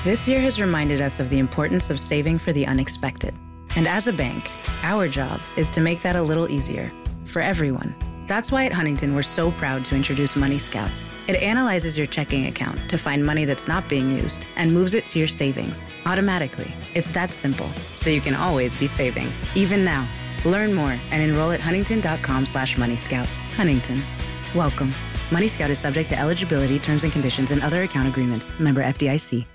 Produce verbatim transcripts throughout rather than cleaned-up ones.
This year has reminded us of the importance of saving for the unexpected. And as a bank, our job is to make that a little easier for everyone. That's why at Huntington, we're so proud to introduce Money Scout. It analyzes your checking account to find money that's not being used and moves it to your savings automatically. It's that simple, so you can always be saving, even now. Learn more and enroll at huntington.com slash Money Scout. Huntington. Welcome. Money Scout is subject to eligibility, terms and conditions, and other account agreements. Member F D I C.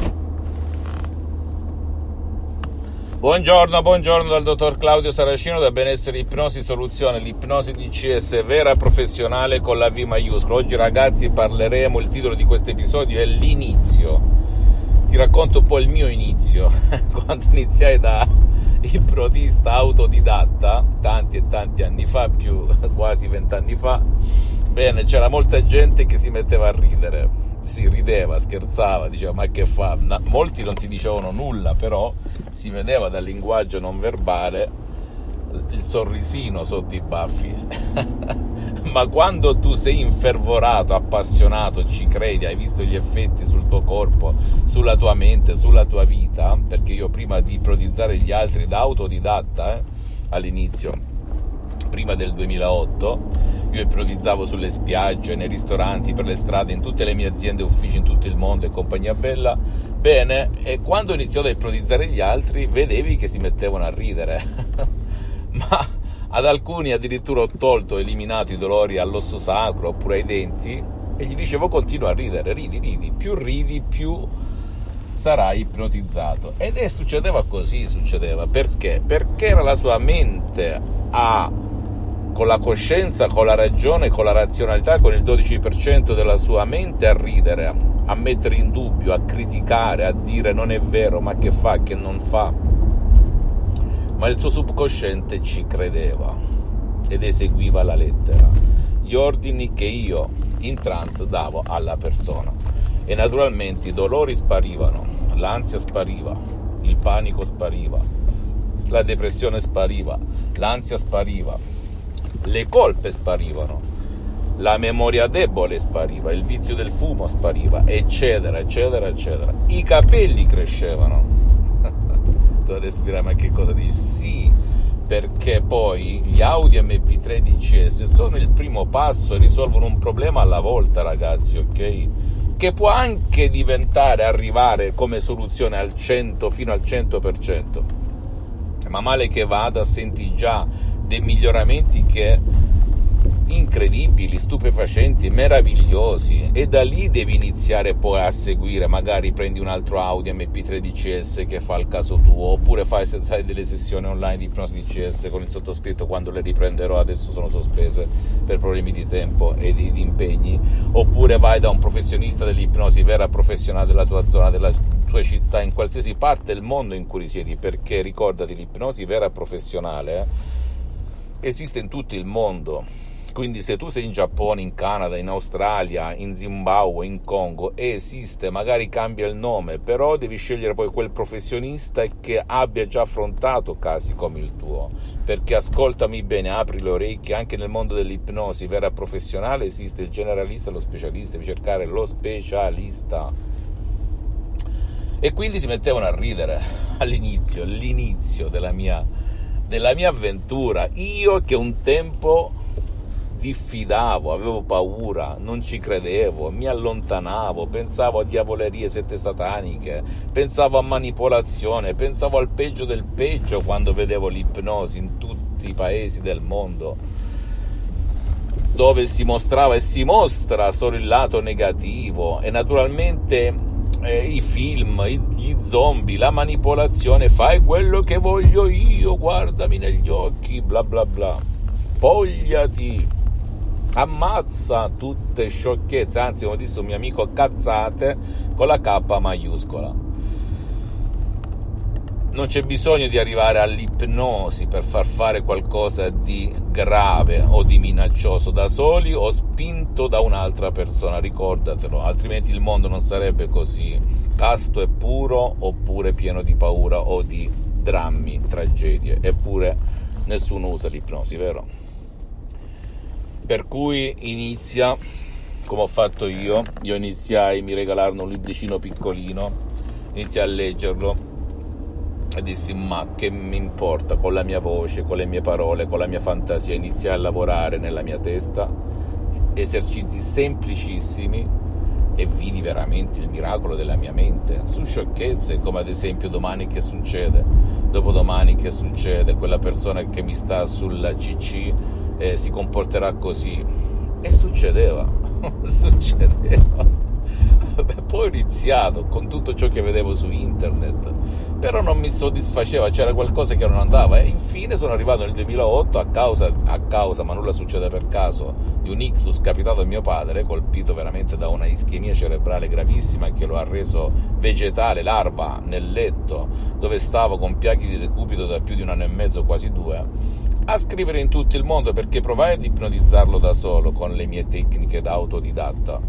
Buongiorno, buongiorno dal dottor Claudio Saracino da Benessere Ipnosi Soluzione, l'ipnosi D C S vera professionale con la V maiuscola. Oggi ragazzi parleremo, il titolo di questo episodio è l'inizio. Ti racconto un po' il mio inizio, quando iniziai da ipnotista autodidatta, tanti e tanti anni fa, più quasi vent'anni fa. Bene, c'era molta gente che si metteva a ridere. Si rideva, scherzava, diceva ma che fa? No, molti non ti dicevano nulla, però si vedeva dal linguaggio non verbale il sorrisino sotto i baffi. Ma quando tu sei infervorato, appassionato, ci credi, hai visto gli effetti sul tuo corpo, sulla tua mente, sulla tua vita, perché io prima di ipnotizzare gli altri da autodidatta, eh, all'inizio, prima del duemilaotto, io ipnotizzavo sulle spiagge, nei ristoranti, per le strade, in tutte le mie aziende e uffici in tutto il mondo e compagnia bella. Bene, e quando iniziò ad ipnotizzare gli altri, vedevi che si mettevano a ridere. Ma ad alcuni addirittura ho tolto, eliminato i dolori all'osso sacro oppure ai denti e gli dicevo continua a ridere, ridi, ridi, più ridi più sarai ipnotizzato. Ed è succedeva così, succedeva. Perché? Perché era la sua mente a... con la coscienza, con la ragione, con la razionalità, con il dodici per cento della sua mente a ridere, a mettere in dubbio, a criticare, a dire non è vero, ma che fa, che non fa. Ma il suo subconsciente ci credeva ed eseguiva alla lettera gli ordini che io in trance davo alla persona. E naturalmente i dolori sparivano, l'ansia spariva, il panico spariva, la depressione spariva, l'ansia spariva, le colpe sparivano, la memoria debole spariva, il vizio del fumo spariva, eccetera, eccetera, eccetera. I capelli crescevano. Tu adesso dirai, ma che cosa dici? Sì, perché poi gli Audi M P tre D C S sono il primo passo e risolvono un problema alla volta, ragazzi, ok? Che può anche diventare, arrivare come soluzione al cento, fino al cento per cento. Ma male che vada, senti già dei miglioramenti che incredibili, stupefacenti, meravigliosi, e da lì devi iniziare poi a seguire. Magari prendi un altro Audi M P tre D C S che fa il caso tuo, oppure fai, fai delle sessioni online di ipnosi D C S con il sottoscritto quando le riprenderò, adesso sono sospese per problemi di tempo e di, di impegni, oppure vai da un professionista dell'ipnosi vera professionale della tua zona, della tua città, in qualsiasi parte del mondo in cui risiedi, perché ricordati, l'ipnosi vera professionale eh, esiste in tutto il mondo. Quindi se tu sei in Giappone, in Canada, in Australia, in Zimbabwe, in Congo, esiste, magari cambia il nome, però devi scegliere poi quel professionista che abbia già affrontato casi come il tuo, perché ascoltami bene, apri le orecchie, anche nel mondo dell'ipnosi vera professionale esiste il generalista e lo specialista, devi cercare lo specialista. E quindi si mettevano a ridere all'inizio, l'inizio della mia, della mia avventura, io che un tempo diffidavo, avevo paura, non ci credevo, mi allontanavo, pensavo a diavolerie, sette sataniche, pensavo a manipolazione, pensavo al peggio del peggio quando vedevo l'ipnosi in tutti i paesi del mondo, dove si mostrava e si mostra solo il lato negativo, e naturalmente eh, i film, gli zombie, la manipolazione, fai quello che voglio io, guardami negli occhi, bla bla bla, spogliati, ammazza, tutte sciocchezze, anzi come disse un mio amico, cazzate con la K maiuscola. Non c'è bisogno di arrivare all'ipnosi per far fare qualcosa di grave o di minaccioso da soli o spinto da un'altra persona, ricordatelo, altrimenti il mondo non sarebbe così casto e puro, oppure pieno di paura o di drammi, tragedie. Eppure nessuno usa l'ipnosi, vero? Per cui inizia, come ho fatto io, io iniziai, mi regalarono un libricino piccolino, iniziai a leggerlo e dissi: ma che mi importa, con la mia voce, con le mie parole, con la mia fantasia. Iniziai a lavorare nella mia testa, esercizi semplicissimi, e vidi veramente il miracolo della mia mente su sciocchezze come ad esempio: domani che succede, dopodomani che succede, quella persona che mi sta sulla C C eh, si comporterà così, e succedeva succedeva poi ho iniziato con tutto ciò che vedevo su internet, però non mi soddisfaceva, c'era qualcosa che non andava, e infine sono arrivato nel duemilaotto a causa, a causa ma nulla succede per caso, di un ictus capitato a mio padre, colpito veramente da una ischemia cerebrale gravissima che lo ha reso vegetale, larva, nel letto dove stavo con piaghe di decubito da più di un anno e mezzo, quasi due, a scrivere in tutto il mondo, perché provai ad ipnotizzarlo da solo con le mie tecniche da autodidatta.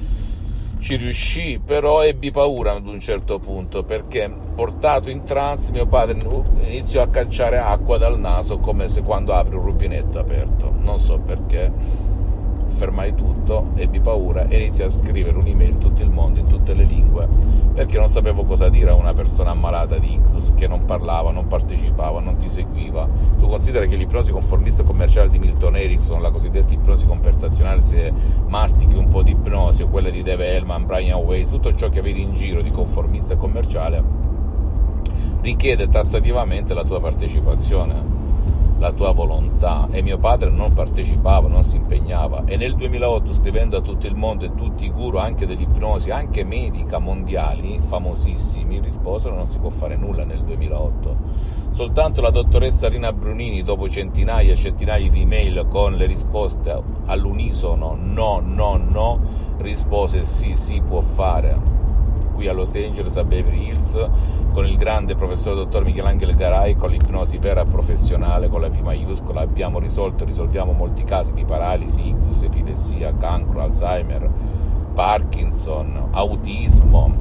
Ci riuscì, però ebbi paura ad un certo punto, perché portato in trance mio padre iniziò a cacciare acqua dal naso come se quando apri un rubinetto aperto. Non so perché. Fermai tutto, ebbi paura e iniziai a scrivere un'email in tutto il mondo, in tutte le lingue, perché non sapevo cosa dire a una persona ammalata di ictus che non parlava, non partecipava, non ti seguiva. Tu considera che l'ipnosi conformista commerciale di Milton Erickson, la cosiddetta ipnosi conversazionale, se mastichi un po' di ipnosi, o quella di Dave Hellman, Brian Weiss, tutto ciò che vedi in giro di conformista e commerciale richiede tassativamente la tua partecipazione, la tua volontà, e mio padre non partecipava, non si impegnava. E nel duemilaotto, scrivendo a tutto il mondo, e tutti i guru anche dell'ipnosi, anche medica, mondiali, famosissimi, risposero: non si può fare nulla nel duemilaotto. Soltanto la dottoressa Rina Brunini, dopo centinaia e centinaia di email con le risposte all'unisono no, no, no, rispose: sì, si può fare. Qui a Los Angeles, a Beverly Hills, con il grande professore dottor Michelangelo Garay, con l'ipnosi vera professionale con la V maiuscola, abbiamo risolto, risolviamo molti casi di paralisi, ictus, epilessia, cancro, Alzheimer, Parkinson, autismo,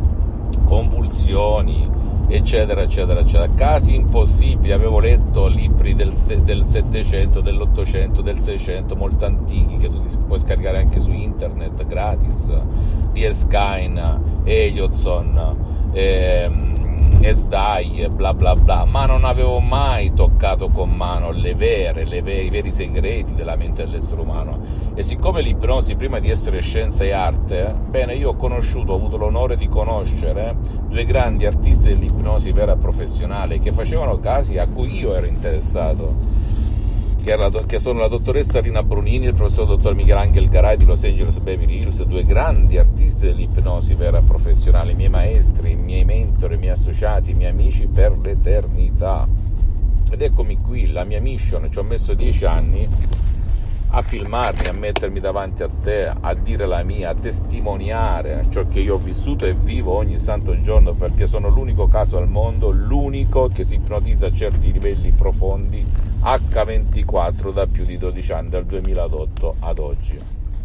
convulsioni, eccetera eccetera eccetera, casi impossibili. Avevo letto libri del, del settecento, dell'ottocento, del seicento, molto antichi, che tu puoi scaricare anche su internet gratis, di Erskine, Elliotson, ehm, Esdai, bla bla bla, ma non avevo mai toccato con mano le vere, le vere, i veri segreti della mente dell'essere umano. E siccome l'ipnosi, prima di essere scienza e arte, bene, io ho conosciuto, ho avuto l'onore di conoscere due grandi artisti dell'ipnosi vera professionale che facevano casi a cui io ero interessato, che, era, che sono la dottoressa Rina Brunini e il professor dottor Michelangelo Garay di Los Angeles Beverly Hills, due grandi artisti dell'ipnosi vera professionale, i miei maestri, i miei mentori, i miei associati, i miei amici per l'eternità. Ed eccomi qui, la mia mission. Ci ho messo dieci anni a filmarmi, a mettermi davanti a te, a dire la mia, a testimoniare ciò che io ho vissuto e vivo ogni santo giorno, perché sono l'unico caso al mondo, l'unico che si ipnotizza a certi livelli profondi acca ventiquattro da più di dodici anni, dal duemilaotto ad oggi.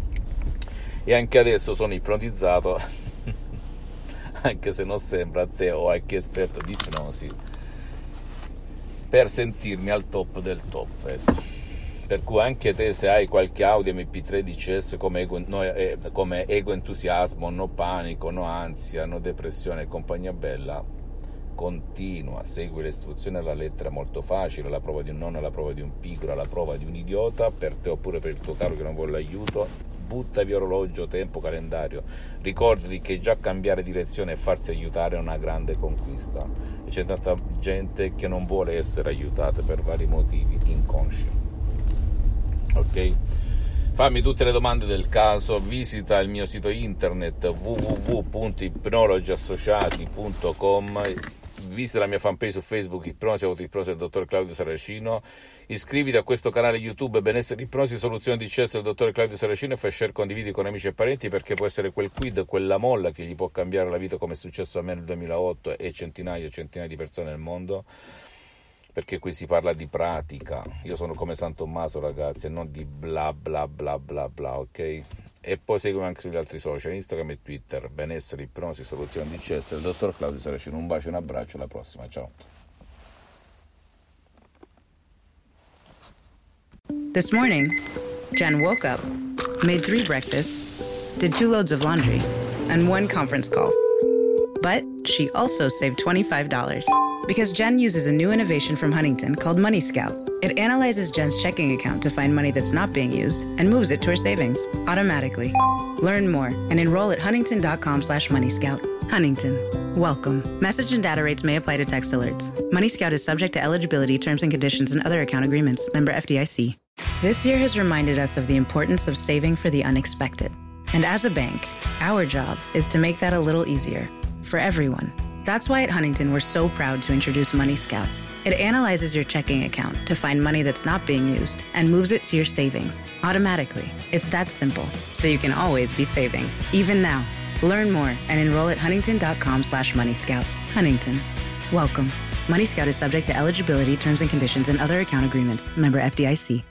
E anche adesso sono ipnotizzato anche se non sembra a te o a chi è esperto di ipnosi, per sentirmi al top del top, ecco. Per cui anche te, se hai qualche audio emme pi tre D C S come ego, no, eh, come ego entusiasmo, no panico, no ansia, no depressione e compagnia bella, continua, segui le istruzioni alla lettera, molto facile, la prova di un nonno, la prova di un pigro, la prova di un idiota, per te oppure per il tuo caro che non vuole aiuto. Butta via orologio, tempo, calendario, ricordati che già cambiare direzione e farsi aiutare è una grande conquista, e c'è tanta gente che non vuole essere aiutata per vari motivi inconsci. Ok? Fammi tutte le domande del caso, visita il mio sito internet w w w punto ipnologi associati punto com, visita la mia fanpage su Facebook Ipnosi Autoipnosi del dottor Claudio Saracino, iscriviti a questo canale YouTube Benessere Ipnosi Soluzione di C S del dottor Claudio Saracino e fai share, condividi con amici e parenti, perché può essere quel quid, quella molla che gli può cambiare la vita, come è successo a me nel duemilaotto e centinaia e centinaia di persone nel mondo. Perché qui si parla di pratica. Io sono come San Tommaso, ragazzi, e non di bla bla bla bla bla, ok? E poi seguimi anche sugli altri social, Instagram e Twitter, Benessere Ipnosi Soluzione di C S del dottor Claudio Saracino. Un bacio e un abbraccio, alla prossima, ciao. This morning, Jen woke up, made three breakfasts, did two loads of laundry, and one conference call. But she also saved twenty-five dollars because Jen uses a new innovation from Huntington called Money Scout. It analyzes Jen's checking account to find money that's not being used and moves it to her savings automatically. Learn more and enroll at huntington.com slash money scout. Huntington. Welcome. Message and data rates may apply to text alerts. Money Scout is subject to eligibility, terms and conditions, and other account agreements. Member F D I C. This year has reminded us of the importance of saving for the unexpected. And as a bank, our job is to make that a little easier for everyone. That's why at Huntington, we're so proud to introduce Money Scout. It analyzes your checking account to find money that's not being used and moves it to your savings automatically. It's that simple, so you can always be saving, even now. Learn more and enroll at huntington.com slash money scout. Huntington. Welcome. Money Scout is subject to eligibility, terms and conditions, and other account agreements. Member F D I C.